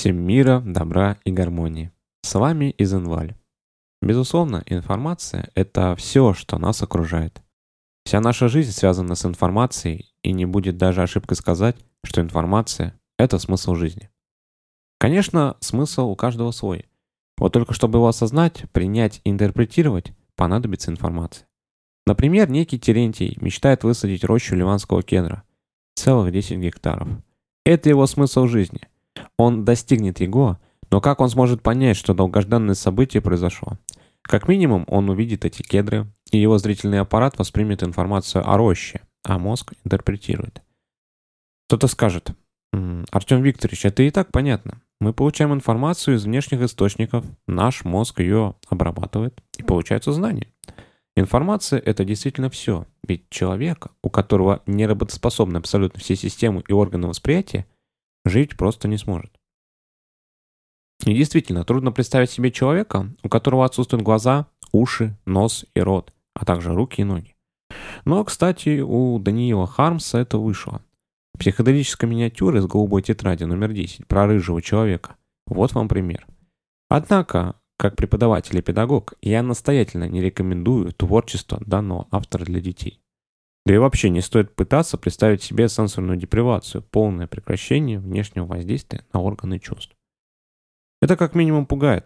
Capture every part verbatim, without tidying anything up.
Всем мира, добра и гармонии. С вами Изенваль. Безусловно, информация — это все, что нас окружает. Вся наша жизнь связана с информацией, и не будет даже ошибкой сказать, что информация — это смысл жизни. Конечно, смысл у каждого свой. Вот только чтобы его осознать, принять и интерпретировать, понадобится информация. Например, некий Терентий мечтает высадить рощу ливанского кедра, целых десять гектаров. Это его смысл жизни. Он достигнет его, но как он сможет понять, что долгожданное событие произошло? Как минимум, он увидит эти кедры, и его зрительный аппарат воспримет информацию о роще, а мозг интерпретирует. Кто-то скажет: «М, Артем Викторович, это и так понятно. Мы получаем информацию из внешних источников, наш мозг ее обрабатывает, и получается знание». Информация — это действительно все, ведь человек, у которого не работоспособны абсолютно все системы и органы восприятия, жить просто не сможет. И действительно, трудно представить себе человека, у которого отсутствуют глаза, уши, нос и рот, а также руки и ноги. Но, кстати, у Даниила Хармса это вышло. Психоделическая миниатюра из голубой тетради номер десять про рыжего человека. Вот вам пример. Однако, как преподаватель и педагог, я настоятельно не рекомендую творчество данного автора для детей. Да и вообще не стоит пытаться представить себе сенсорную депривацию, полное прекращение внешнего воздействия на органы чувств. Это как минимум пугает.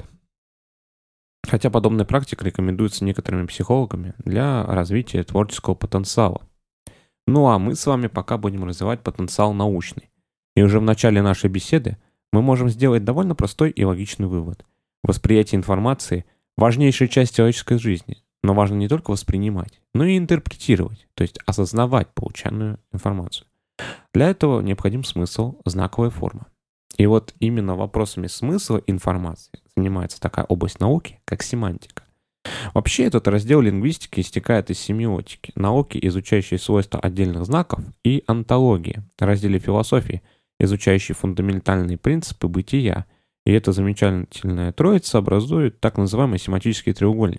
Хотя подобная практика рекомендуется некоторыми психологами для развития творческого потенциала. Ну а мы с вами пока будем развивать потенциал научный. И уже в начале нашей беседы мы можем сделать довольно простой и логичный вывод. Восприятие информации – важнейшая часть человеческой жизни. Но важно не только воспринимать, но и интерпретировать, то есть осознавать полученную информацию. Для этого необходим смысл, знаковая форма. И вот именно вопросами смысла информации занимается такая область науки, как семантика. Вообще этот раздел лингвистики истекает из семиотики, науки, изучающей свойства отдельных знаков, и онтологии, разделе философии, изучающей фундаментальные принципы бытия. И эта замечательная троица образует так называемый семантический треугольник.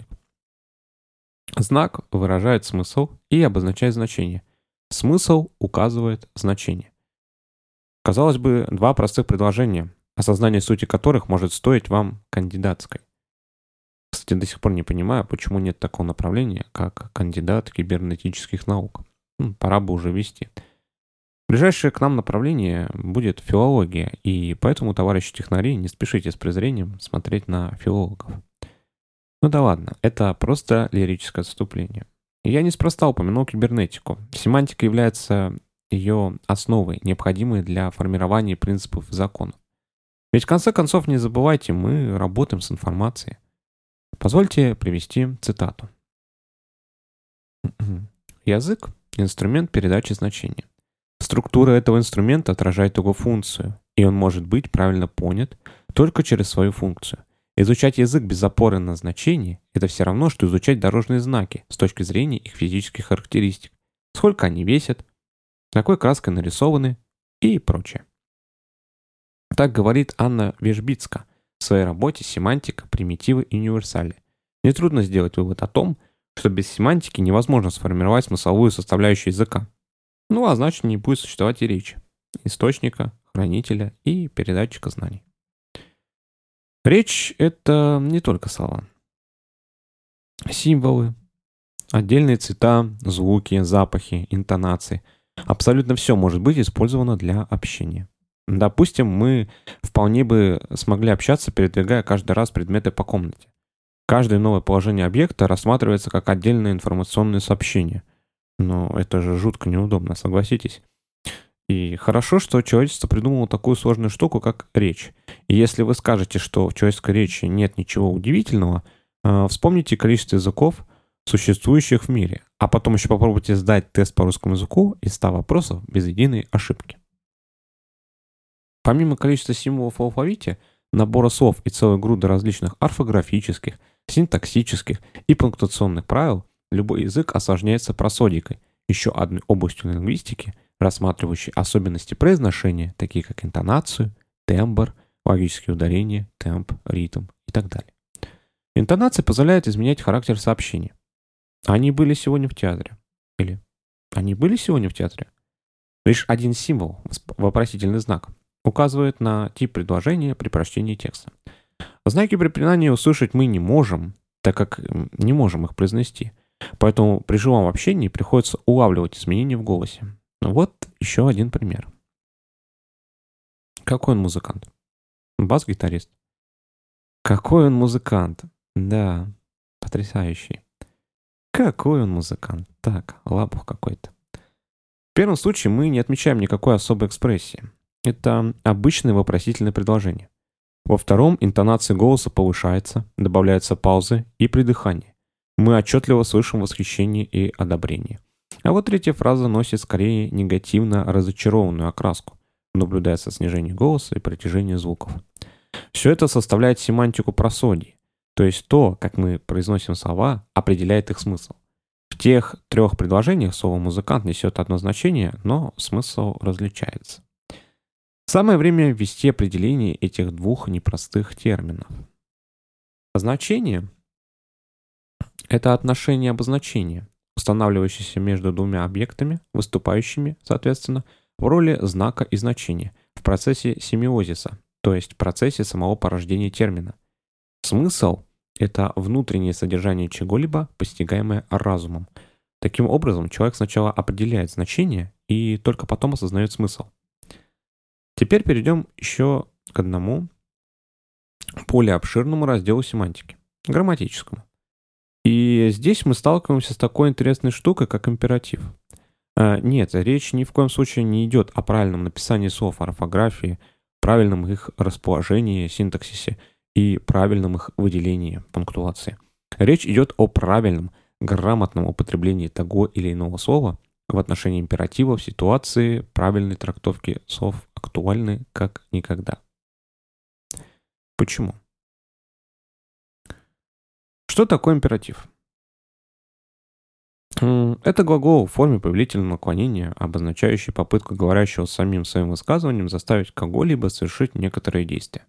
Знак выражает смысл и обозначает значение. Смысл указывает значение. Казалось бы, два простых предложения, осознание сути которых может стоить вам кандидатской. Кстати, до сих пор не понимаю, почему нет такого направления, как кандидат кибернетических наук. Ну, пора бы уже вести. Ближайшее к нам направление будет филология, и поэтому, товарищи технари, не спешите с презрением смотреть на филологов. Ну да ладно, это просто лирическое отступление. Я неспроста упомянул кибернетику. Семантика является ее основой, необходимой для формирования принципов и законов. Ведь в конце концов, не забывайте, мы работаем с информацией. Позвольте привести цитату. Язык — инструмент передачи значения. Структура этого инструмента отражает его функцию, и он может быть правильно понят только через свою функцию. Изучать язык без опоры на значение — это все равно, что изучать дорожные знаки с точки зрения их физических характеристик. Сколько они весят, какой краской нарисованы и прочее. Так говорит Анна Вежбицка в своей работе «Семантика, примитивы и универсали». Нетрудно сделать вывод о том, что без семантики невозможно сформировать смысловую составляющую языка. Ну а значит, не будет существовать и речи, источника, хранителя и передатчика знаний. Речь — это не только слова. Символы, отдельные цвета, звуки, запахи, интонации. Абсолютно все может быть использовано для общения. Допустим, мы вполне бы смогли общаться, передвигая каждый раз предметы по комнате. Каждое новое положение объекта рассматривается как отдельное информационное сообщение. Но это же жутко неудобно, согласитесь? И хорошо, что человечество придумало такую сложную штуку, как речь. И если вы скажете, что в человеческой речи нет ничего удивительного, э, вспомните количество языков, существующих в мире, а потом еще попробуйте сдать тест по русскому языку из ста вопросов без единой ошибки. Помимо количества символов в алфавите, набора слов и целой груды различных орфографических, синтаксических и пунктуационных правил, любой язык осложняется просодикой, еще одной областью лингвистики, рассматривающей особенности произношения, такие как интонацию, тембр, логические ударения, темп, ритм и так далее. Интонация позволяет изменять характер сообщения. Они были сегодня в театре. Или они были сегодня в театре? Лишь один символ, вопросительный знак, указывает на тип предложения при прочтении текста. Знаки препинания услышать мы не можем, так как не можем их произнести. Поэтому при живом общении приходится улавливать изменения в голосе. Вот еще один пример. Какой он музыкант? Бас-гитарист. Какой он музыкант? Да, потрясающий. Какой он музыкант? Так, лапух какой-то. В первом случае мы не отмечаем никакой особой экспрессии. Это обычное вопросительное предложение. Во втором интонация голоса повышается, добавляются паузы и придыхание. Мы отчетливо слышим восхищение и одобрение. А вот третья фраза носит скорее негативно разочарованную окраску. Наблюдается снижение голоса и протяжение звуков. Все это составляет семантику просодии, то есть то, как мы произносим слова, определяет их смысл. В тех трех предложениях слово «музыкант» несет одно значение, но смысл различается. Самое время ввести определение этих двух непростых терминов. Значение — это отношение обозначения, устанавливающееся между двумя объектами, выступающими, соответственно, в роли знака и значения в процессе семиозиса, то есть в процессе самого порождения термина. Смысл — это внутреннее содержание чего-либо, постигаемое разумом. Таким образом, человек сначала определяет значение и только потом осознает смысл. Теперь перейдем еще к одному более обширному разделу семантики — грамматическому. И здесь мы сталкиваемся с такой интересной штукой, как императив. А, нет, речь ни в коем случае не идет о правильном написании слов, орфографии, правильном их расположении, синтаксисе и правильном их выделении, пунктуации. Речь идет о правильном, грамотном употреблении того или иного слова в отношении императива в ситуации правильной трактовки слов актуальны как никогда. Почему? Что такое императив? Это глагол в форме повелительного наклонения, обозначающий попытку говорящего самим своим высказыванием заставить кого-либо совершить некоторые действия.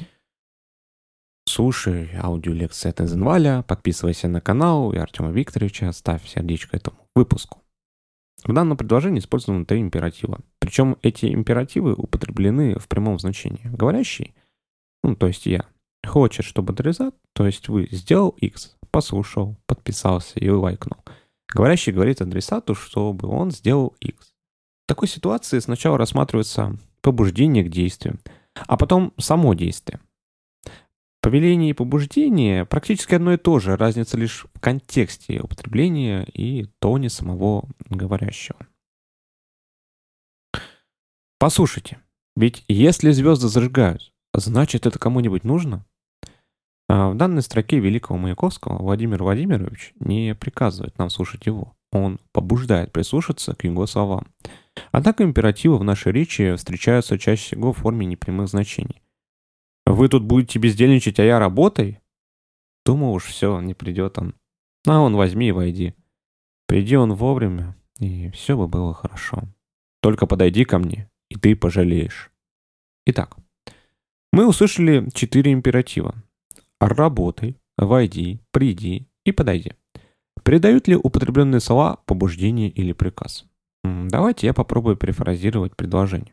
Слушай аудиолекции от Изенваля, подписывайся на канал и Артема Викторовича, ставь сердечко этому выпуску. В данном предложении использованы три императива. Причем эти императивы употреблены в прямом значении. Говорящий, ну то есть я, хочет, чтобы адресат, то есть вы, сделал X, послушал, подписался и лайкнул. Говорящий говорит адресату, чтобы он сделал X. В такой ситуации сначала рассматривается побуждение к действию, а потом само действие. Повеление и побуждение практически одно и то же, разница лишь в контексте употребления и тоне самого говорящего. Послушайте, ведь если звезды зажигают, значит это кому-нибудь нужно? А в данной строке великого Маяковского Владимир Владимирович не приказывает нам слушать его. Он побуждает прислушаться к его словам. Однако императивы в нашей речи встречаются чаще всего в форме непрямых значений. «Вы тут будете бездельничать, а я работай?» Думал уж все, не придет он. А он возьми и войди. Приди он вовремя, и все бы было хорошо. Только подойди ко мне, и ты пожалеешь. Итак, мы услышали четыре императива. Работай, войди, приди и подойди. Передают ли употребленные слова побуждение или приказ? Давайте я попробую перефразировать предложение.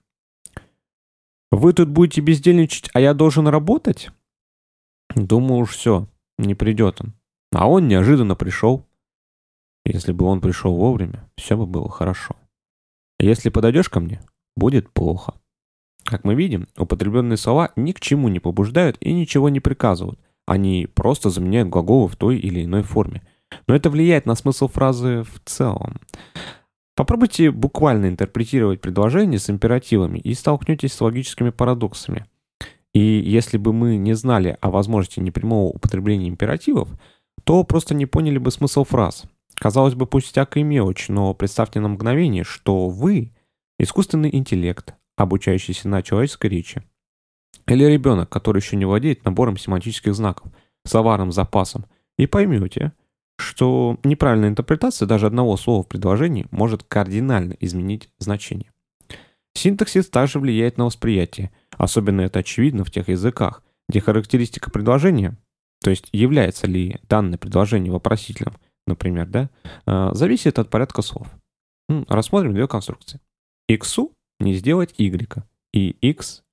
Вы тут будете бездельничать, а я должен работать? Думаю, уж все, не придет он. А он неожиданно пришел. Если бы он пришел вовремя, все бы было хорошо. Если подойдешь ко мне, будет плохо. Как мы видим, употребленные слова ни к чему не побуждают и ничего не приказывают. Они просто заменяют глаголы в той или иной форме. Но это влияет на смысл фразы в целом. Попробуйте буквально интерпретировать предложение с императивами и столкнетесь с логическими парадоксами. И если бы мы не знали о возможности непрямого употребления императивов, то просто не поняли бы смысл фраз. Казалось бы, пустяк и мелочь, но представьте на мгновение, что вы — искусственный интеллект, обучающийся на человеческой речи. Или ребенок, который еще не владеет набором семантических знаков, словарным запасом, и поймете, что неправильная интерпретация даже одного слова в предложении может кардинально изменить значение. Синтаксис также влияет на восприятие, особенно это очевидно в тех языках, где характеристика предложения, то есть является ли данное предложение вопросительным, например, да, зависит от порядка слов. Рассмотрим две конструкции. Иксу не сделать y, и x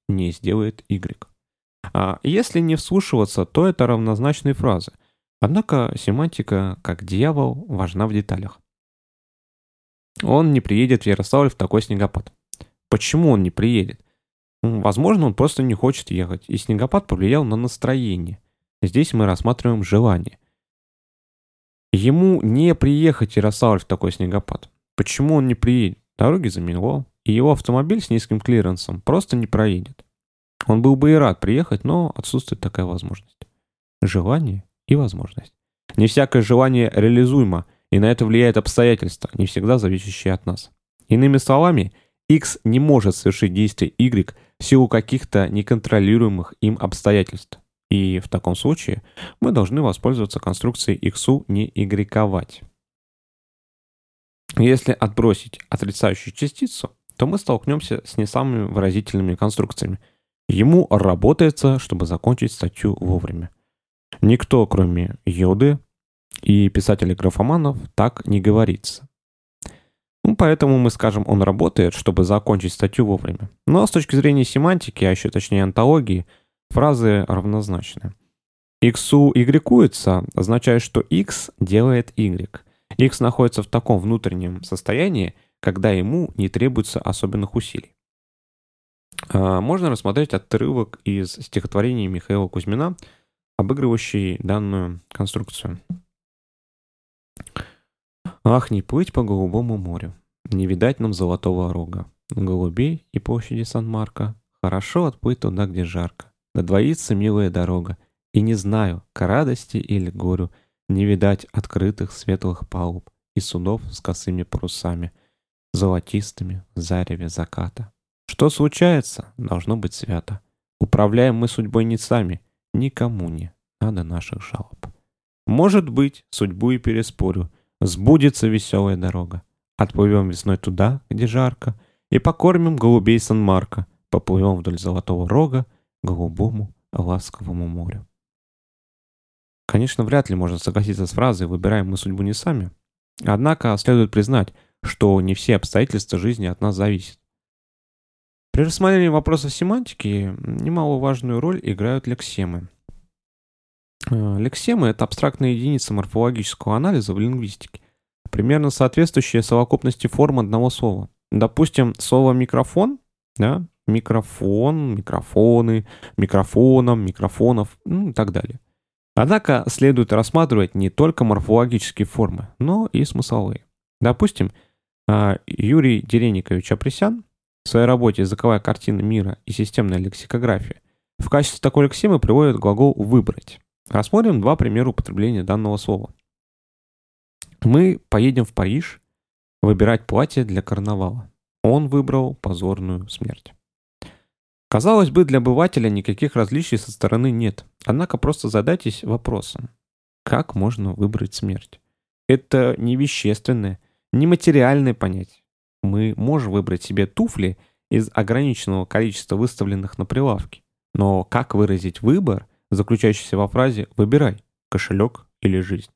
не сделает Y. А если не вслушиваться, то это равнозначные фразы. Однако семантика, как дьявол, важна в деталях. Он не приедет в Ярославль в такой снегопад. Почему он не приедет? Возможно, он просто не хочет ехать, и снегопад повлиял на настроение. Здесь мы рассматриваем желание. Ему не приехать в Ярославль в такой снегопад. Почему он не приедет? Дороги замело, и его автомобиль с низким клиренсом просто не проедет. Он был бы и рад приехать, но отсутствует такая возможность. Желание и возможность. Не всякое желание реализуемо, и на это влияет обстоятельства, не всегда зависящие от нас. Иными словами, X не может совершить действие Y в силу каких-то неконтролируемых им обстоятельств. И в таком случае мы должны воспользоваться конструкцией X не Y-ковать. Если отбросить отрицающую частицу, то мы столкнемся с не самыми выразительными конструкциями. Ему работается, чтобы закончить статью вовремя. Никто, кроме Йоды и писателей-графоманов, так не говорится. Ну, поэтому мы скажем, он работает, чтобы закончить статью вовремя. Но с точки зрения семантики, а еще точнее онтологии, фразы равнозначны. Иксу Y-куется означает, что X делает Y. X находится в таком внутреннем состоянии, когда ему не требуется особенных усилий. Можно рассмотреть отрывок из стихотворения Михаила Кузьмина, обыгрывающий данную конструкцию. «Ах, не плыть по голубому морю, не видать нам золотого рога, голубей и площади Сан-Марко, хорошо отплыть туда, где жарко, да двоится милая дорога, и не знаю, к радости или горю, не видать открытых светлых палуб и судов с косыми парусами, золотистыми в зареве заката. Что случается, должно быть свято. Управляем мы судьбой не сами, никому не надо наших жалоб. Может быть, судьбу и переспорю, сбудется веселая дорога. Отплывем весной туда, где жарко, и покормим голубей Сан-Марко, поплывем вдоль золотого рога к голубому ласковому морю». Конечно, вряд ли можно согласиться с фразой «выбираем мы судьбу не сами». Однако следует признать, что не все обстоятельства жизни от нас зависят. При рассмотрении вопросов семантики немаловажную роль играют лексемы. Лексемы — это абстрактная единица морфологического анализа в лингвистике, примерно соответствующая совокупности форм одного слова. Допустим, слово «микрофон», да, микрофон, микрофоны, микрофоном, микрофонов, ну и так далее. Однако следует рассматривать не только морфологические формы, но и смысловые. Допустим, Юрий Дереникович Апресян в своей работе «Языковая картина мира и системная лексикография» в качестве такой лексемы приводит глагол «выбрать». Рассмотрим два примера употребления данного слова. Мы поедем в Париж выбирать платье для карнавала. Он выбрал позорную смерть. Казалось бы, для обывателя никаких различий со стороны нет. Однако просто задайтесь вопросом. Как можно выбрать смерть? Это не вещественное, не материальное понятие. Мы можем выбрать себе туфли из ограниченного количества выставленных на прилавке. Но как выразить выбор, заключающийся во фразе «выбирай, кошелек или жизнь»?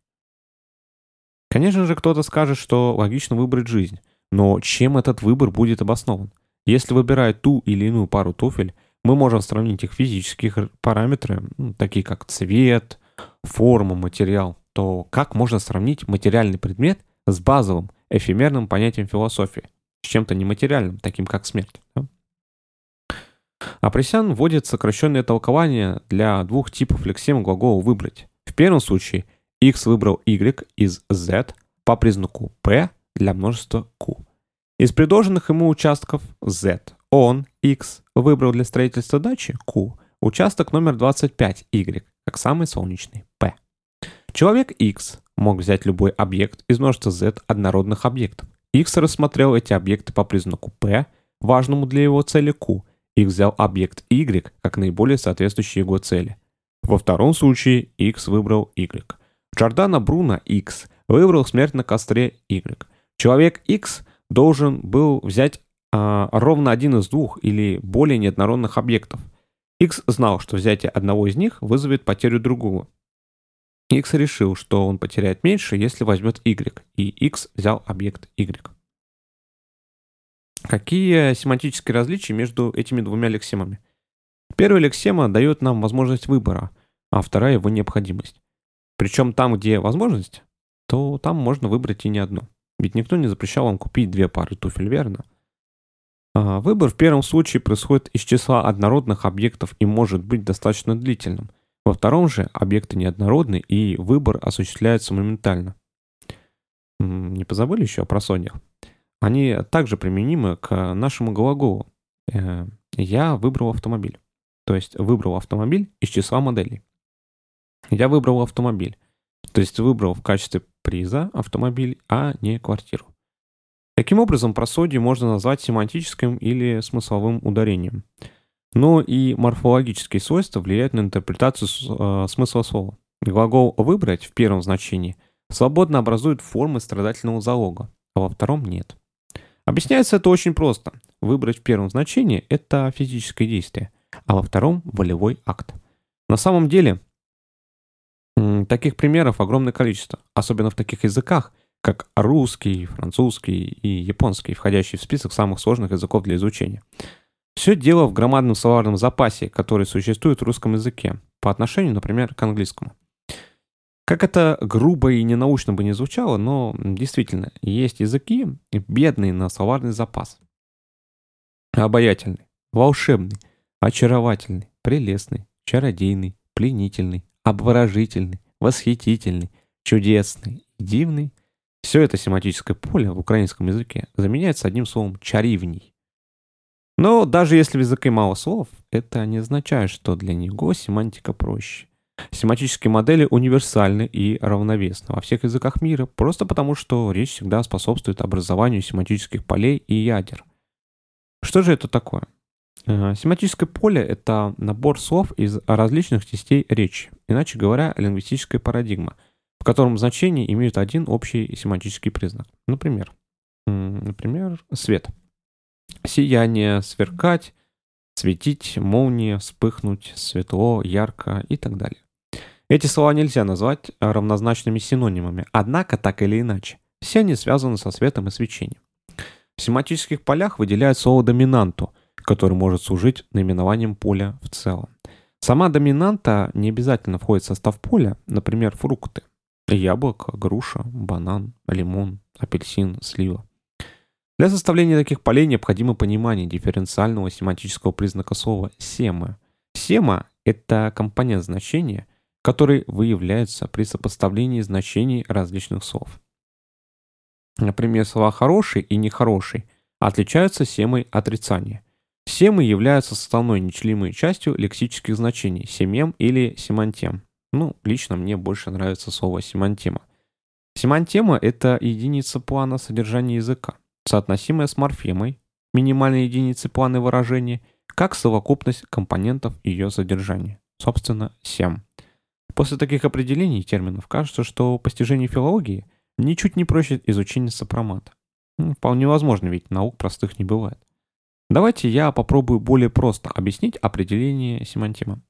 Конечно же, кто-то скажет, что логично выбрать жизнь. Но чем этот выбор будет обоснован? Если выбирая ту или иную пару туфель, мы можем сравнить их физические параметры, ну, такие как цвет, форма, материал, то как можно сравнить материальный предмет с базовым, эфемерным понятием философии, с чем-то нематериальным, таким как смерть? Да? Апресян вводит сокращенное толкование для двух типов лексем глагола «выбрать». В первом случае X выбрал Y из Z по признаку P для множества Q. Из предложенных ему участков Z он, X, выбрал для строительства дачи Q участок номер двадцать пять Y, как самый солнечный P. Человек X мог взять любой объект из множества Z однородных объектов. X рассмотрел эти объекты по признаку P, важному для его цели Q, и взял объект Y как наиболее соответствующий его цели. Во втором случае X выбрал Y. Джордано Бруно X выбрал смерть на костре Y. Человек X должен был взять а, ровно один из двух или более неоднородных объектов. X знал, что взятие одного из них вызовет потерю другого. X решил, что он потеряет меньше, если возьмет Y, и X взял объект Y. Какие семантические различия между этими двумя лексемами? Первая лексема дает нам возможность выбора, а вторая его необходимость. Причем там, где возможность, то там можно выбрать и не одну. Ведь никто не запрещал вам купить две пары туфель, верно? А, Выбор в первом случае происходит из числа однородных объектов и может быть достаточно длительным. Во втором же объекты неоднородны и выбор осуществляется моментально. М, Не позабыли еще о просоньях? Они также применимы к нашему глаголу. Э, Я выбрал автомобиль. То есть выбрал автомобиль из числа моделей. Я выбрал автомобиль. То есть выбрал в качестве приза автомобиль, а не квартиру. Таким образом, просодие можно назвать семантическим или смысловым ударением. Но и морфологические свойства влияют на интерпретацию с- э, смысла слова. Глагол «выбрать» в первом значении свободно образует формы страдательного залога, а во втором нет. Объясняется это очень просто. Выбрать в первом значении – это физическое действие, а во втором – волевой акт. На самом деле, м, таких примеров огромное количество, особенно в таких языках, как русский, французский и японский, входящие в список самых сложных языков для изучения. Все дело в громадном словарном запасе, который существует в русском языке, по отношению, например, к английскому. Как это грубо и ненаучно бы не звучало, но м, действительно, есть языки, бедные на словарный запас. Обаятельный, волшебный, очаровательный, прелестный, чародейный, пленительный, обворожительный, восхитительный, чудесный, дивный. Все это семантическое поле в украинском языке заменяется одним словом «чаривний». Но даже если в языке мало слов, это не означает, что для него семантика проще. Семантические модели универсальны и равновесны во всех языках мира, просто потому что речь всегда способствует образованию семантических полей и ядер. Что же это такое? Э, Семантическое поле — это набор слов из различных частей речи, иначе говоря, лингвистическая парадигма, в котором значения имеют один общий семантический признак. Например, м, например, свет. Сияние, сверкать, светить, молния, вспыхнуть, светло, ярко и так далее. Эти слова нельзя назвать равнозначными синонимами, однако так или иначе, все они связаны со светом и свечением. В семантических полях выделяют слово «доминанту», который может служить наименованием поля в целом. Сама доминанта не обязательно входит в состав поля, например, фрукты. Яблоко, груша, банан, лимон, апельсин, слива. Для составления таких полей необходимо понимание дифференциального семантического признака слова «сема». Сема — это компонент значения, который выявляется при сопоставлении значений различных слов. Например, слова «хороший» и «нехороший» отличаются семой отрицания. Семы являются составной нечленимой частью лексических значений семем или семантем. Ну, лично мне больше нравится слово семантема. Семантема — это единица плана содержания языка, соотносимая с морфемой, минимальной единицей плана выражения, как совокупность компонентов ее содержания. Собственно, сем. После таких определений терминов кажется, что постижение филологии ничуть не проще изучения сопромата. Ну, Вполне возможно, ведь наук простых не бывает. Давайте я попробую более просто объяснить определение семантема.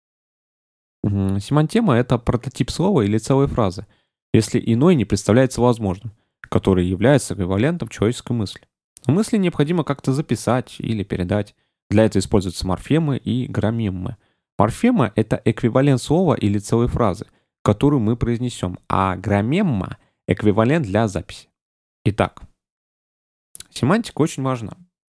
Мгм. Семантема — это прототип слова или целой фразы, если иной не представляется возможным, который является эквивалентом человеческой мысли. Мысли необходимо как-то записать или передать. Для этого используются морфемы и граммемы. Морфема — это эквивалент слова или целой фразы, которую мы произнесем, а граммемма — эквивалент для записи. Итак, семантика очень важна.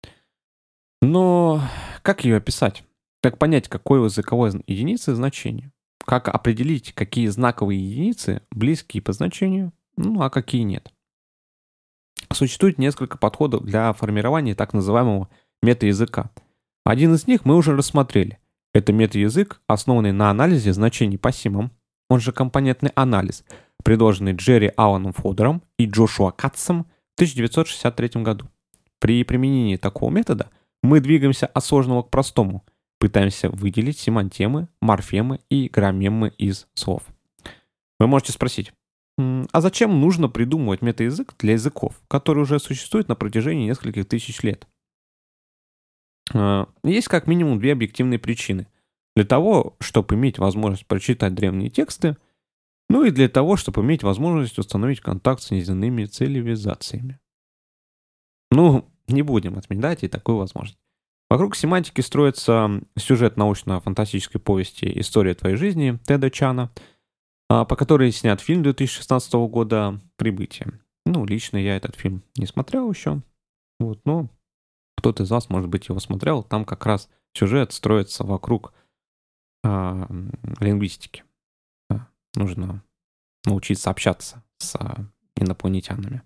Но как ее описать? Как понять, какой у языковой единицы значение? Как определить, какие знаковые единицы близкие по значению, ну а какие нет? Существует несколько подходов для формирования так называемого метаязыка. Один из них мы уже рассмотрели. Это метаязык, основанный на анализе значений по симам, он же компонентный анализ, предложенный Джерри Алланом Фодером и Джошуа Катцем в тысяча девятьсот шестьдесят третьем году. При применении такого метода мы двигаемся от сложного к простому, пытаемся выделить семантемы, морфемы и граммемы из слов. Вы можете спросить, «М, а зачем нужно придумывать метаязык для языков, которые уже существуют на протяжении нескольких тысяч лет? Э, Есть как минимум две объективные причины. Для того, чтобы иметь возможность прочитать древние тексты, ну и для того, чтобы иметь возможность установить контакт с неземными цивилизациями. Ну, не будем отменять и такую возможность. Вокруг семантики строится сюжет научно-фантастической повести «История твоей жизни» Теда Чана, по которой снят фильм две тысячи шестнадцатого года «Прибытие». Ну, лично я этот фильм не смотрел еще, вот, но кто-то из вас, может быть, его смотрел. Там как раз сюжет строится вокруг а, лингвистики. Да, нужно научиться общаться с а, инопланетянами.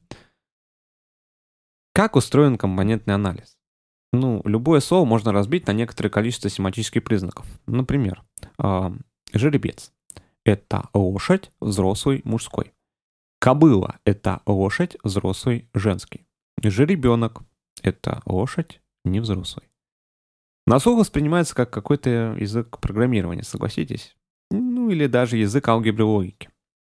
Как устроен компонентный анализ? Ну, любое слово можно разбить на некоторое количество семантических признаков. Например, э, жеребец – это лошадь, взрослый, мужской. Кобыла – это лошадь, взрослый, женский. Жеребенок – это лошадь, невзрослый. На слух воспринимается как какой-то язык программирования, согласитесь? Ну, или даже язык алгебры логики.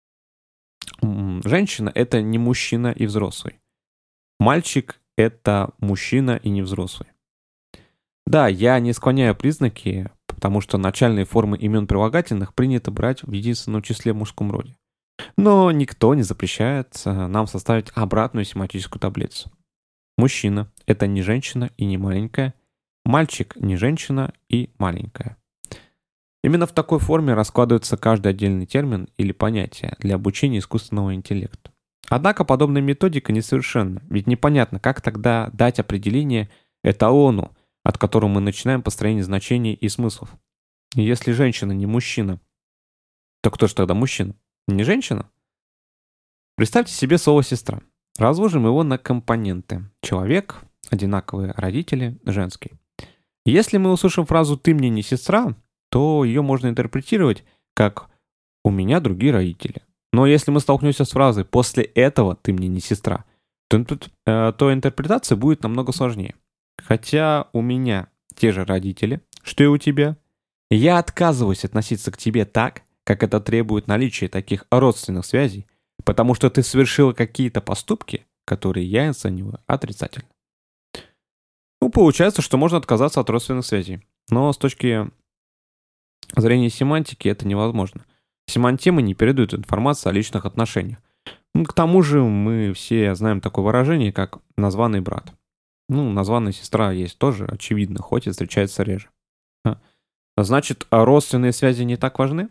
Женщина – это не мужчина и взрослый. Мальчик – это мужчина и не взрослый. Да, я не склоняю признаки, потому что начальные формы имен прилагательных принято брать в единственном числе в мужском роде. Но никто не запрещает нам составить обратную семантическую таблицу. Мужчина – это не женщина и не маленькая. Мальчик – не женщина и маленькая. Именно в такой форме раскладывается каждый отдельный термин или понятие для обучения искусственного интеллекта. Однако подобная методика несовершенна, ведь непонятно, как тогда дать определение эталону, от которого мы начинаем построение значений и смыслов. И если женщина не мужчина, то кто же тогда мужчина? Не женщина? Представьте себе слово «сестра». Разложим его на компоненты. Человек, одинаковые родители, женский. Если мы услышим фразу «ты мне не сестра», то ее можно интерпретировать как «у меня другие родители». Но если мы столкнемся с фразой «после этого ты мне не сестра», то, э, то интерпретация будет намного сложнее. Хотя у меня те же родители, что и у тебя, я отказываюсь относиться к тебе так, как это требует наличия таких родственных связей, потому что ты совершила какие-то поступки, которые я оцениваю отрицательно. Ну, получается, что можно отказаться от родственных связей. Но с точки зрения семантики это невозможно. Семантемы не передают информацию о личных отношениях. Ну, к тому же мы все знаем такое выражение, как «названный брат». Ну, названная сестра есть тоже, очевидно, хоть и встречается реже. А значит, родственные связи не так важны?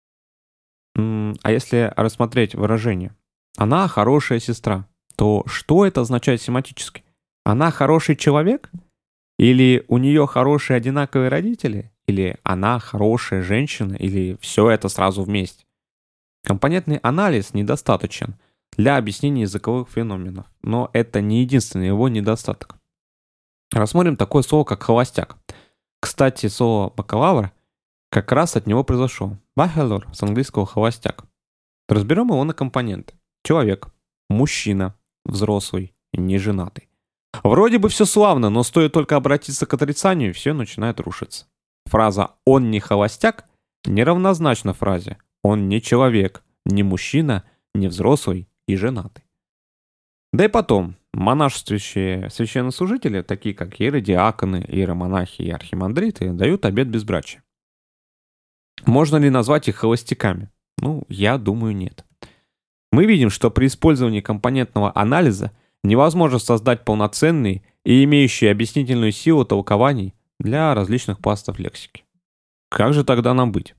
А если рассмотреть выражение «она хорошая сестра», то что это означает семантически? Она хороший человек? Или у нее хорошие одинаковые родители? Или она хорошая женщина? Или все это сразу вместе? Компонентный анализ недостаточен для объяснения языковых феноменов, но это не единственный его недостаток. Рассмотрим такое слово, как «холостяк». Кстати, слово «бакалавр» как раз от него произошло. Bachelor с английского «холостяк». Разберем его на компоненты. Человек, мужчина, взрослый, неженатый. Вроде бы все славно, но стоит только обратиться к отрицанию, все начинает рушиться. Фраза «он не холостяк» неравнозначна фразе «он не человек, не мужчина, не взрослый и женатый». Да и потом, монашествующие священнослужители, такие как иеродиаконы, иеромонахи и архимандриты, дают обет безбрачия. Можно ли назвать их холостяками? Ну, я думаю, нет. Мы видим, что при использовании компонентного анализа невозможно создать полноценные и имеющие объяснительную силу толкований для различных пластов лексики. Как же тогда нам быть?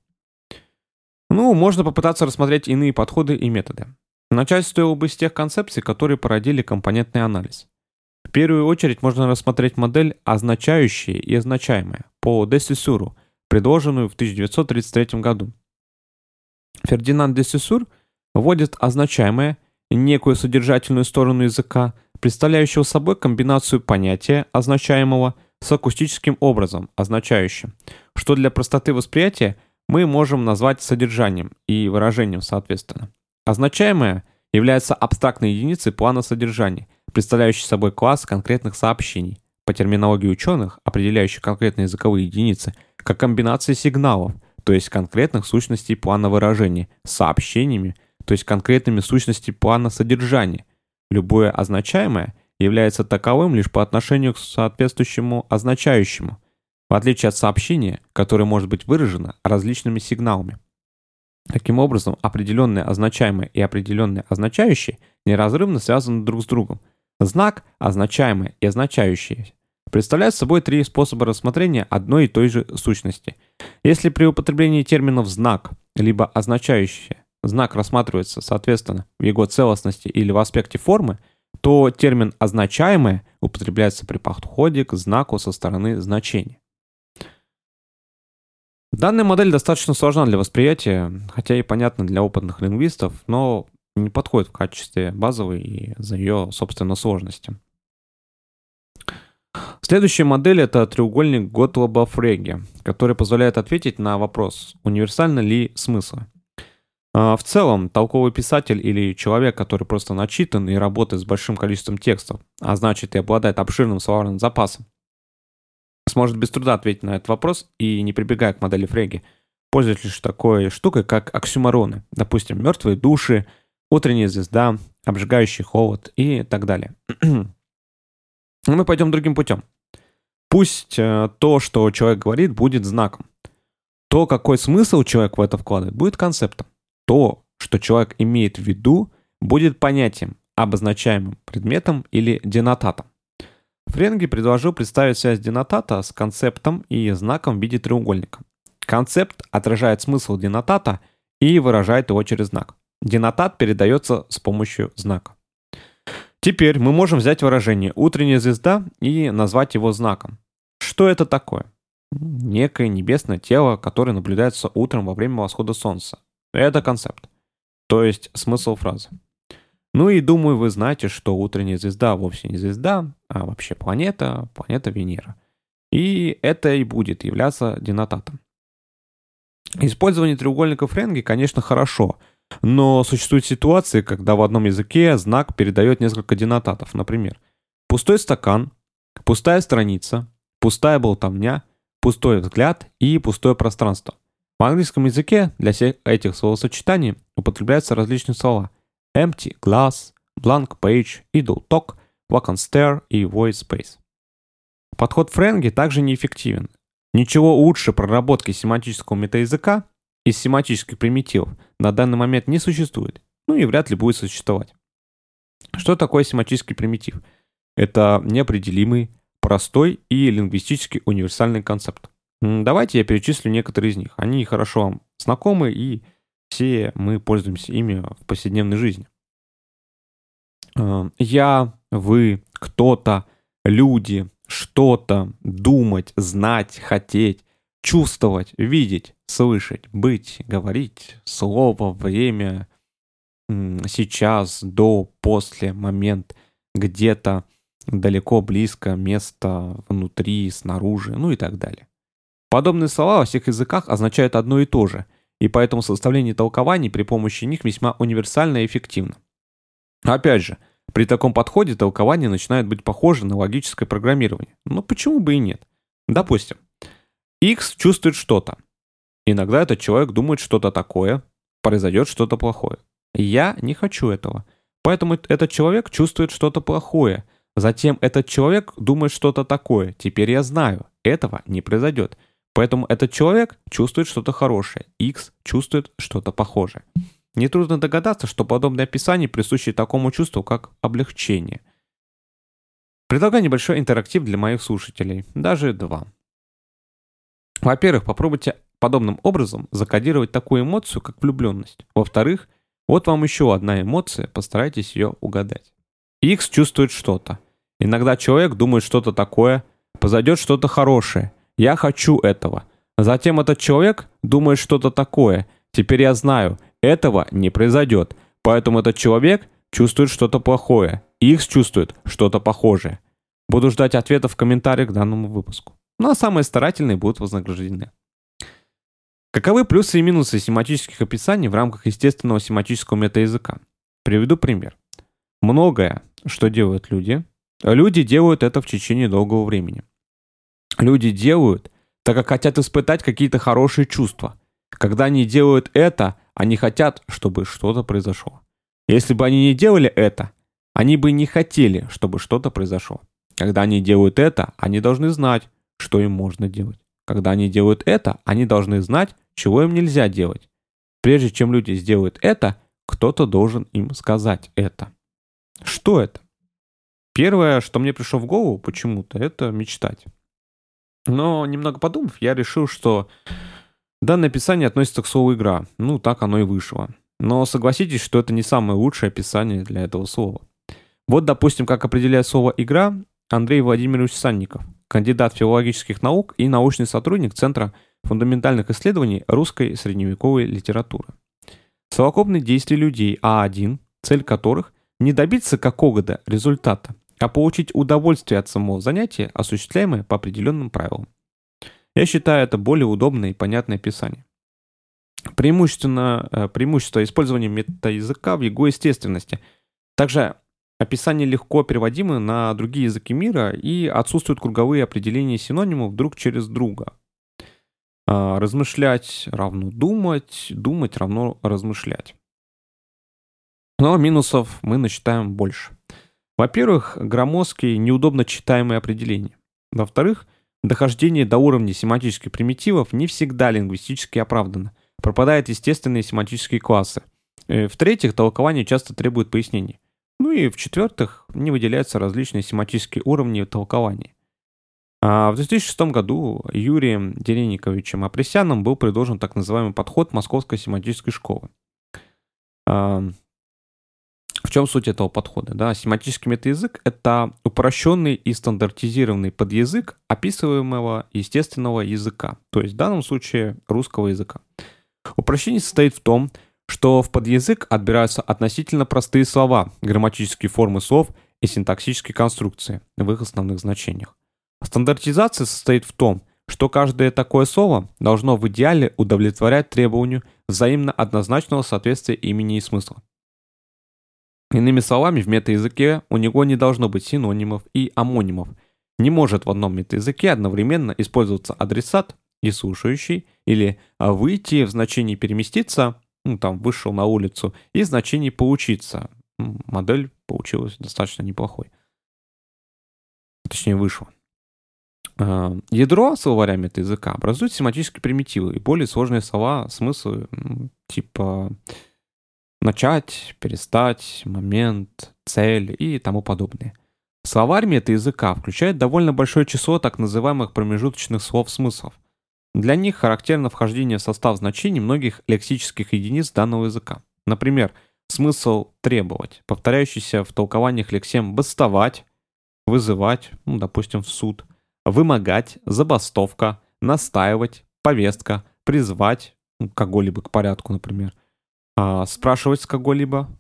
Ну, можно попытаться рассмотреть иные подходы и методы. Начать стоило бы с тех концепций, которые породили компонентный анализ. В первую очередь можно рассмотреть модель «означающее» и «означаемое» по де Сюссуру, предложенную в тысяча девятьсот тридцать третьем году. Фердинанд де Сюссур вводит означаемое, некую содержательную сторону языка, представляющего собой комбинацию понятия означаемого с акустическим образом, означающим, что для простоты восприятия мы можем назвать содержанием и выражением соответственно. Означаемое является абстрактной единицей плана содержания, представляющей собой класс конкретных сообщений, по терминологии ученых, определяющих конкретные языковые единицы, как комбинации сигналов, то есть конкретных сущностей плана выражения, с сообщениями, то есть конкретными сущностями плана содержания. Любое означаемое является таковым лишь по отношению к соответствующему означающему, в отличие от сообщения, которое может быть выражено различными сигналами. Таким образом, определенное означаемое и определенное означающее неразрывно связаны друг с другом. Знак, означаемое и означающее представляют собой три способа рассмотрения одной и той же сущности. Если при употреблении терминов «знак» либо «означающее» знак рассматривается, соответственно, в его целостности или в аспекте формы, то термин «означаемое» употребляется при подходе к знаку со стороны значения. Данная модель достаточно сложна для восприятия, хотя и понятна для опытных лингвистов, но не подходит в качестве базовой из-за ее, собственно, сложности. Следующая модель — это треугольник Готлоба-Фрege, который позволяет ответить на вопрос, универсальны ли смыслы. В целом, толковый писатель или человек, который просто начитан и работает с большим количеством текстов, а значит и обладает обширным словарным запасом, сможет без труда ответить на этот вопрос и, не прибегая к модели Фреге, пользуясь лишь такой штукой, как оксюмороны, допустим, мертвые души, утренняя звезда, обжигающий холод и так далее. Но мы пойдем другим путем. Пусть э, то, что человек говорит, будет знаком. То, какой смысл человек в это вкладывает, будет концептом. То, что человек имеет в виду, будет понятием, обозначаемым предметом или денотатом. Френге предложил представить связь денотата с концептом и знаком в виде треугольника. Концепт отражает смысл денотата и выражает его через знак. Денотат передается с помощью знака. Теперь мы можем взять выражение «утренняя звезда» и назвать его знаком. Что это такое? Некое небесное тело, которое наблюдается утром во время восхода солнца. Это концепт, то есть смысл фразы. Ну и думаю, вы знаете, что утренняя звезда вовсе не звезда, а вообще планета, планета Венера. И это и будет являться денотатом. Использование треугольника Френге, конечно, хорошо, но существуют ситуации, когда в одном языке знак передает несколько денотатов. Например, пустой стакан, пустая страница, пустая болтовня, пустой взгляд и пустое пространство. В английском языке для всех этих словосочетаний употребляются различные слова: empty, glass, blank page, idle talk, vacant stare и void space. Подход Френге также неэффективен. Ничего лучше проработки семантического метаязыка из семантических примитивов на данный момент не существует, ну и вряд ли будет существовать. Что такое семантический примитив? Это неопределимый, простой и лингвистически универсальный концепт. Давайте я перечислю некоторые из них. Они хорошо вам знакомы, и все мы пользуемся ими в повседневной жизни. Я, вы, кто-то, люди, что-то, думать, знать, хотеть, чувствовать, видеть, слышать, быть, говорить, слово, время, сейчас, до, после, момент, где-то, далеко, близко, место, внутри, снаружи, ну и так далее. Подобные слова во всех языках означают одно и то же, и поэтому составление толкований при помощи них весьма универсально и эффективно. Опять же, при таком подходе толкование начинает быть похоже на логическое программирование. Но почему бы и нет? Допустим, X чувствует что-то. Иногда этот человек думает что-то такое, произойдет что-то плохое. Я не хочу этого. Поэтому этот человек чувствует что-то плохое. Затем этот человек думает что-то такое. Теперь я знаю, этого не произойдет. Поэтому этот человек чувствует что-то хорошее. X чувствует что-то похожее. Нетрудно догадаться, что подобное описание присуще такому чувству, как облегчение. Предлагаю небольшой интерактив для моих слушателей, даже два. Во-первых, попробуйте подобным образом закодировать такую эмоцию, как влюбленность. Во-вторых, вот вам еще одна эмоция, постарайтесь ее угадать. X чувствует что-то. Иногда человек думает что-то такое, произойдет что-то хорошее. Я хочу этого. Затем этот человек думает что-то такое. Теперь я знаю, этого не произойдет. Поэтому этот человек чувствует что-то плохое. X чувствует что-то похожее. Буду ждать ответов в комментариях к данному выпуску. Ну а самые старательные будут вознаграждены. Каковы плюсы и минусы семантических описаний в рамках естественного семантического метаязыка? Приведу пример. Многое, что делают люди, люди делают это в течение долгого времени. Люди делают, так как хотят испытать какие-то хорошие чувства. Когда они делают это, они хотят, чтобы что-то произошло. Если бы они не делали это, они бы не хотели, чтобы что-то произошло. Когда они делают это, они должны знать, что им можно делать. Когда они делают это, они должны знать, чего им нельзя делать. Прежде чем люди сделают это, кто-то должен им сказать это. Что это? Первое, что мне пришло в голову почему-то, это мечтать. Но немного подумав, я решил, что данное описание относится к слову «игра». Ну, так оно и вышло. Но согласитесь, что это не самое лучшее описание для этого слова. Вот, допустим, как определяет слово «игра» Андрей Владимирович Санников, кандидат филологических наук и научный сотрудник Центра фундаментальных исследований русской средневековой литературы. Совокупные действия людей А один, цель которых не добиться какого-то результата, а получить удовольствие от самого занятия, осуществляемое по определенным правилам. Я считаю это более удобное и понятное описание. Преимущественно, преимущество использования метаязыка в его естественности. Также описание легко переводимо на другие языки мира и отсутствуют круговые определения синонимов друг через друга. Размышлять равно думать, думать равно размышлять. Но минусов мы насчитаем больше. Во-первых, громоздкие, неудобно читаемые определения. Во-вторых, дохождение до уровня семантических примитивов не всегда лингвистически оправдано. Пропадают естественные семантические классы. В-третьих, толкование часто требует пояснений. Ну и в-четвертых, не выделяются различные семантические уровни толкования. А в две тысячи шестом году Юрием Дерениковичем Апресяном был предложен так называемый подход Московской семантической школы. В чем суть этого подхода? Да? Семантический метаязык — это упрощенный и стандартизированный подязык описываемого естественного языка, то есть в данном случае русского языка. Упрощение состоит в том, что в подязык отбираются относительно простые слова, грамматические формы слов и синтаксические конструкции в их основных значениях. Стандартизация состоит в том, что каждое такое слово должно в идеале удовлетворять требованию взаимно однозначного соответствия имени и смысла. Иными словами, в метаязыке у него не должно быть синонимов и омонимов. Не может в одном метаязыке одновременно использоваться адресат и слушающий, или выйти в значении переместиться, ну там вышел на улицу, и в значении поучиться. Модель получилась достаточно неплохой. Точнее, вышла. Ядро словаря метаязыка образует семантические примитивы и более сложные слова, смыслы типа начать, перестать, момент, цель и тому подобное. Словарь метаязыка включает довольно большое число так называемых промежуточных слов-смыслов. Для них характерно вхождение в состав значений многих лексических единиц данного языка. Например, смысл «требовать», повторяющийся в толкованиях лексем «бастовать», «вызывать», ну, допустим, в суд, «вымогать», «забастовка», «настаивать», «повестка», «призвать», ну, кого-либо к порядку, например, спрашивать с кого-либо,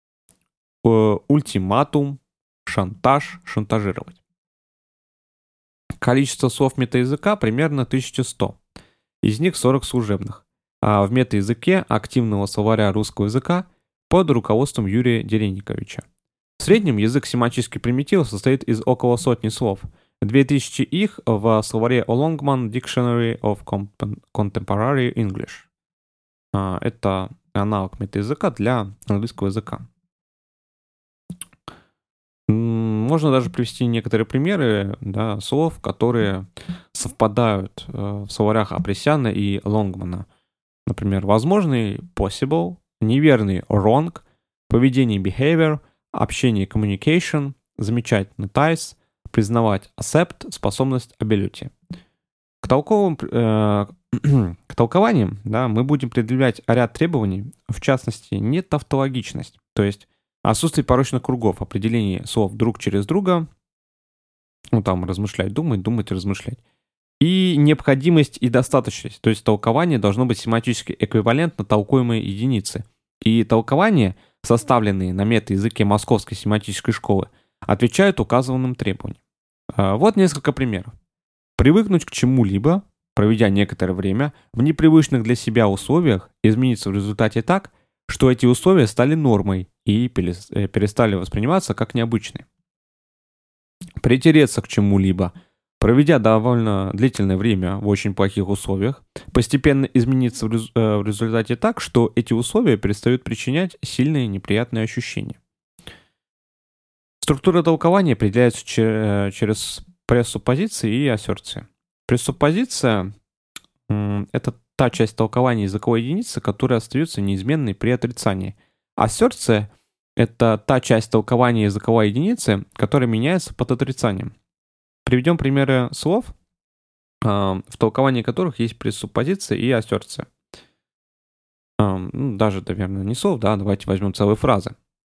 ультиматум, шантаж, шантажировать. Количество слов метаязыка примерно тысяча сто. Из них сорок служебных. А в метаязыке активного словаря русского языка под руководством Юрия Дерениковича. В среднем язык семантических примитивов состоит из около сотни слов. две тысячи их в словаре Longman Dictionary of Contemporary English. Это аналог метаязыка для английского языка. Можно даже привести некоторые примеры, да, слов, которые совпадают э, в словарях Апресяна и Лонгмана. Например, возможный possible, неверный wrong, поведение behavior, общение communication, замечательный ties, признавать accept, способность ability. К толковым э, К толкованиям, да, мы будем предъявлять ряд требований, в частности, не тавтологичность, то есть отсутствие порочных кругов, определение слов друг через друга, ну там размышлять, думать, думать, размышлять, и необходимость и достаточность, то есть толкование должно быть семантически эквивалентно толкуемой единице, и толкования, составленные на метаязыке Московской семантической школы, отвечают указанным требованиям. Вот несколько примеров. Привыкнуть к чему-либо, проведя некоторое время в непривычных для себя условиях, изменится в результате так, что эти условия стали нормой и перестали восприниматься как необычные. Притереться к чему-либо, проведя довольно длительное время в очень плохих условиях, постепенно изменится в результате так, что эти условия перестают причинять сильные неприятные ощущения. Структура толкования определяется через пресуппозиции и ассерции. Пресуппозиция — это та часть толкования языковой единицы, которая остается неизменной при отрицании. Ассерция это та часть толкования языковой единицы, которая меняется под отрицанием. Приведем примеры слов, в толковании которых есть пресуппозиция и ассерция. Ну, даже, наверное, не слов, да, давайте возьмем целые фразы.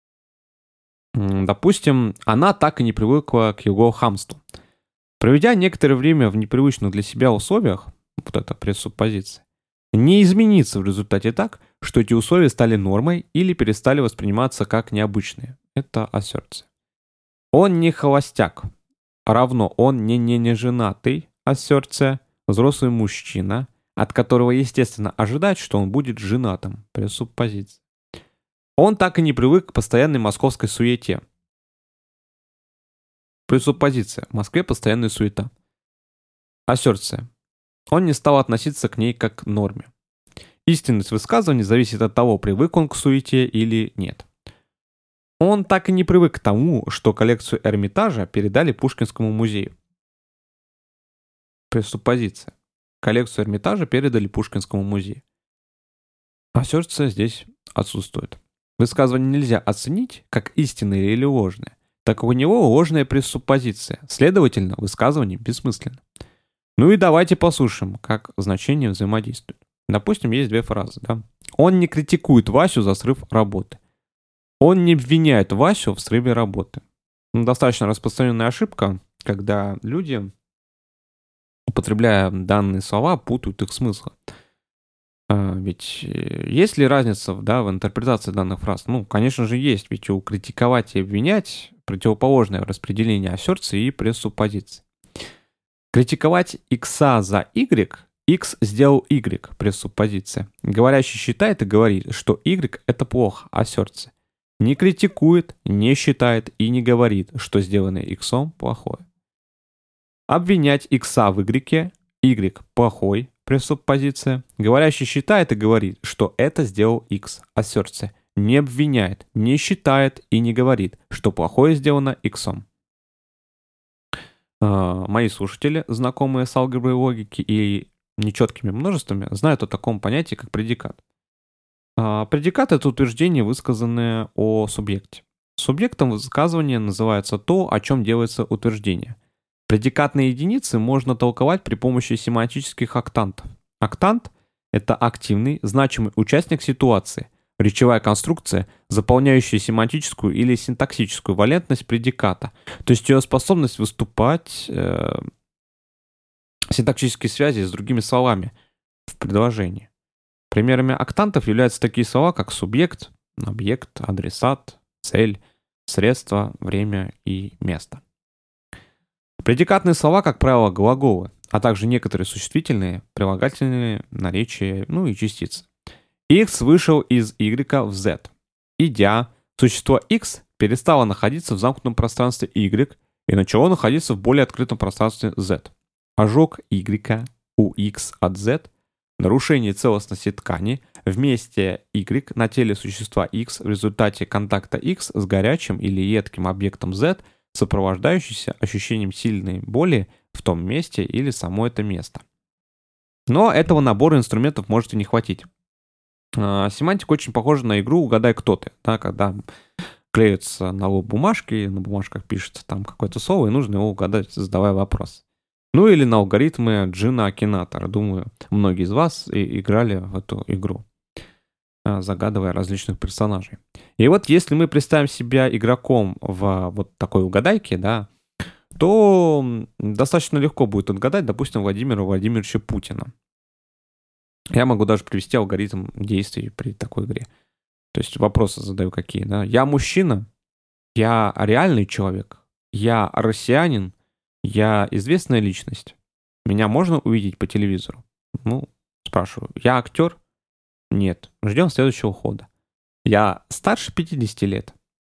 Допустим, она так и не привыкла к его хамству. Проведя некоторое время в непривычных для себя условиях, вот эта пресуппозиция, не изменится в результате так, что эти условия стали нормой или перестали восприниматься как необычные. Это ассерция. Он не холостяк, равно он не не не женатый, ассерция, взрослый мужчина, от которого, естественно, ожидать, что он будет женатым, пресуппозиция. Он так и не привык к постоянной московской суете. Пресуппозиция. В Москве постоянная суета. Ассерция. Он не стал относиться к ней как к норме. Истинность высказывания зависит от того, привык он к суете или нет. Он так и не привык к тому, что коллекцию Эрмитажа передали Пушкинскому музею. Пресуппозиция. Коллекцию Эрмитажа передали Пушкинскому музею. Ассерция здесь отсутствует. Высказывание нельзя оценить как истинное или ложное, так как у него ложная пресуппозиция, следовательно, высказывание бессмысленно. Ну и давайте послушаем, как значение взаимодействует. Допустим, есть две фразы. Да? Он не критикует Васю за срыв работы. Он не обвиняет Васю в срыве работы. Ну, достаточно распространенная ошибка, когда люди, употребляя данные слова, путают их смыслы. А, ведь есть ли разница, да, в интерпретации данных фраз? Ну, конечно же, есть, ведь у критиковать и обвинять противоположное распределение ассерции и пресуппозиции. Критиковать икса за y, x сделал y, пресуппозиция. Говорящий считает и говорит, что y это плохо, ассерция. Не критикует, не считает и не говорит, что сделанное иксом плохое. Обвинять икса в y, y плохой, пресуппозиция. Говорящий считает и говорит, что это сделал x, ассерция. Не обвиняет, не считает и не говорит, что плохое сделано иксом. Мои слушатели, знакомые с алгеброй логики и нечеткими множествами, знают о таком понятии, как предикат. Предикат — это утверждение, высказанное о субъекте. Субъектом высказывания называется то, о чем делается утверждение. Предикатные единицы можно толковать при помощи семантических октантов. Октант — это активный, значимый участник ситуации, речевая конструкция, заполняющая семантическую или синтаксическую валентность предиката, то есть ее способность выступать э, синтаксические связи с другими словами в предложении. Примерами октантов являются такие слова, как субъект, объект, адресат, цель, средство, время и место. Предикатные слова, как правило, глаголы, а также некоторые существительные, прилагательные, наречия, ну и частицы. X вышел из Y в Z. Идя, существо X перестало находиться в замкнутом пространстве Y и начало находиться в более открытом пространстве Z. Ожог Y у X от Z, нарушение целостности ткани в месте Y на теле существа X в результате контакта X с горячим или едким объектом Z, сопровождающийся ощущением сильной боли в том месте или само это место. Но этого набора инструментов может и не хватить. Семантика очень похожа на игру «Угадай, кто ты», да, когда клеятся на лоб бумажки, на бумажках пишется там какое-то слово, и нужно его угадать, задавая вопрос. Ну или на алгоритмы Джина Акинатора. Думаю, многие из вас и играли в эту игру, загадывая различных персонажей. И вот если мы представим себя игроком в вот такой угадайке, да, то достаточно легко будет отгадать, допустим, Владимира Владимировича Путина. Я могу даже привести алгоритм действий при такой игре. То есть вопросы задаю какие, да. Я мужчина, я реальный человек, я россиянин, я известная личность. Меня можно увидеть по телевизору? Ну, спрашиваю. Я актер? Нет. Ждем следующего хода. Я старше пятидесяти лет?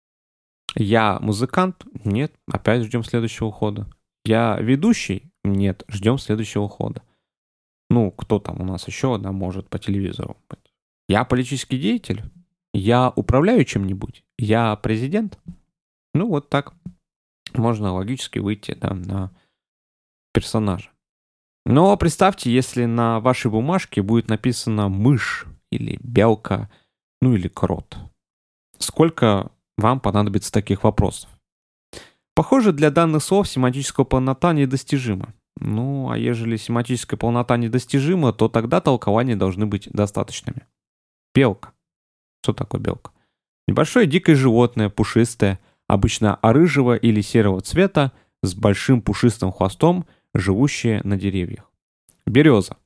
Я музыкант? Нет. Опять ждем следующего хода. Я ведущий? Нет. Ждем следующего хода. Ну, кто там у нас еще, да, может по телевизору быть? Я политический деятель? Я управляю чем-нибудь? Я президент? Ну, вот так можно логически выйти, да, на персонажа. Но представьте, если на вашей бумажке будет написано мышь или белка, ну или крот. Сколько вам понадобится таких вопросов. Похоже, для данных слов семантическая полнота недостижима. Ну, а ежели семантическая полнота недостижима, то тогда толкования должны быть достаточными. Белка. Что такое белка? Небольшое дикое животное, пушистое, обычно рыжего или серого цвета, с большим пушистым хвостом, живущее на деревьях. Береза.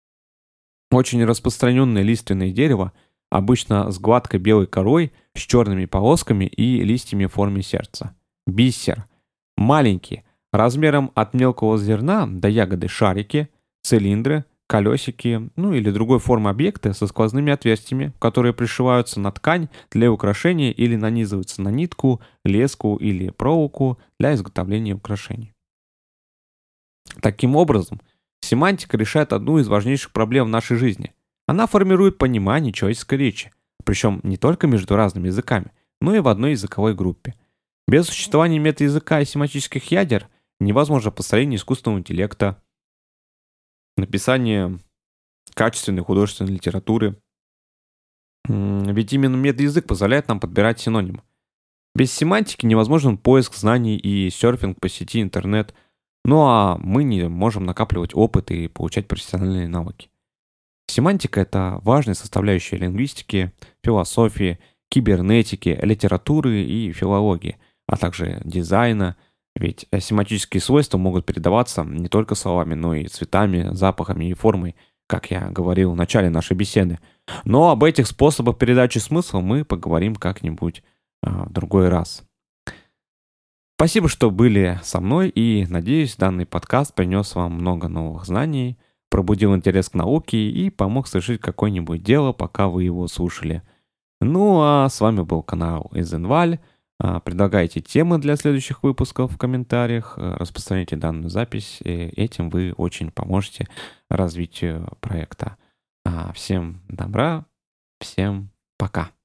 Очень распространенное лиственное дерево, обычно с гладкой белой корой, с черными полосками и листьями в форме сердца. Бисер. Маленькие, размером от мелкого зерна до ягоды шарики, цилиндры, колесики, ну или другой формы объекты со сквозными отверстиями, которые пришиваются на ткань для украшения или нанизываются на нитку, леску или проволоку для изготовления украшений. Таким образом, семантика решает одну из важнейших проблем в нашей жизни. Она формирует понимание человеческой речи, причем не только между разными языками, но и в одной языковой группе. Без существования метаязыка и семантических ядер невозможно построение искусственного интеллекта, написание качественной художественной литературы. Ведь именно метаязык позволяет нам подбирать синонимы. Без семантики невозможен поиск знаний и серфинг по сети интернет, ну а мы не можем накапливать опыт и получать профессиональные навыки. Семантика — это важная составляющая лингвистики, философии, кибернетики, литературы и филологии, а также дизайна, ведь семантические свойства могут передаваться не только словами, но и цветами, запахами и формой, как я говорил в начале нашей беседы. Но об этих способах передачи смысла мы поговорим как-нибудь а, в другой раз. Спасибо, что были со мной, и, надеюсь, данный подкаст принес вам много новых знаний, пробудил интерес к науке и помог совершить какое-нибудь дело, пока вы его слушали. Ну а с вами был канал Изенваль. Предлагайте темы для следующих выпусков в комментариях, распространяйте данную запись, и этим вы очень поможете развитию проекта. Всем добра, всем пока.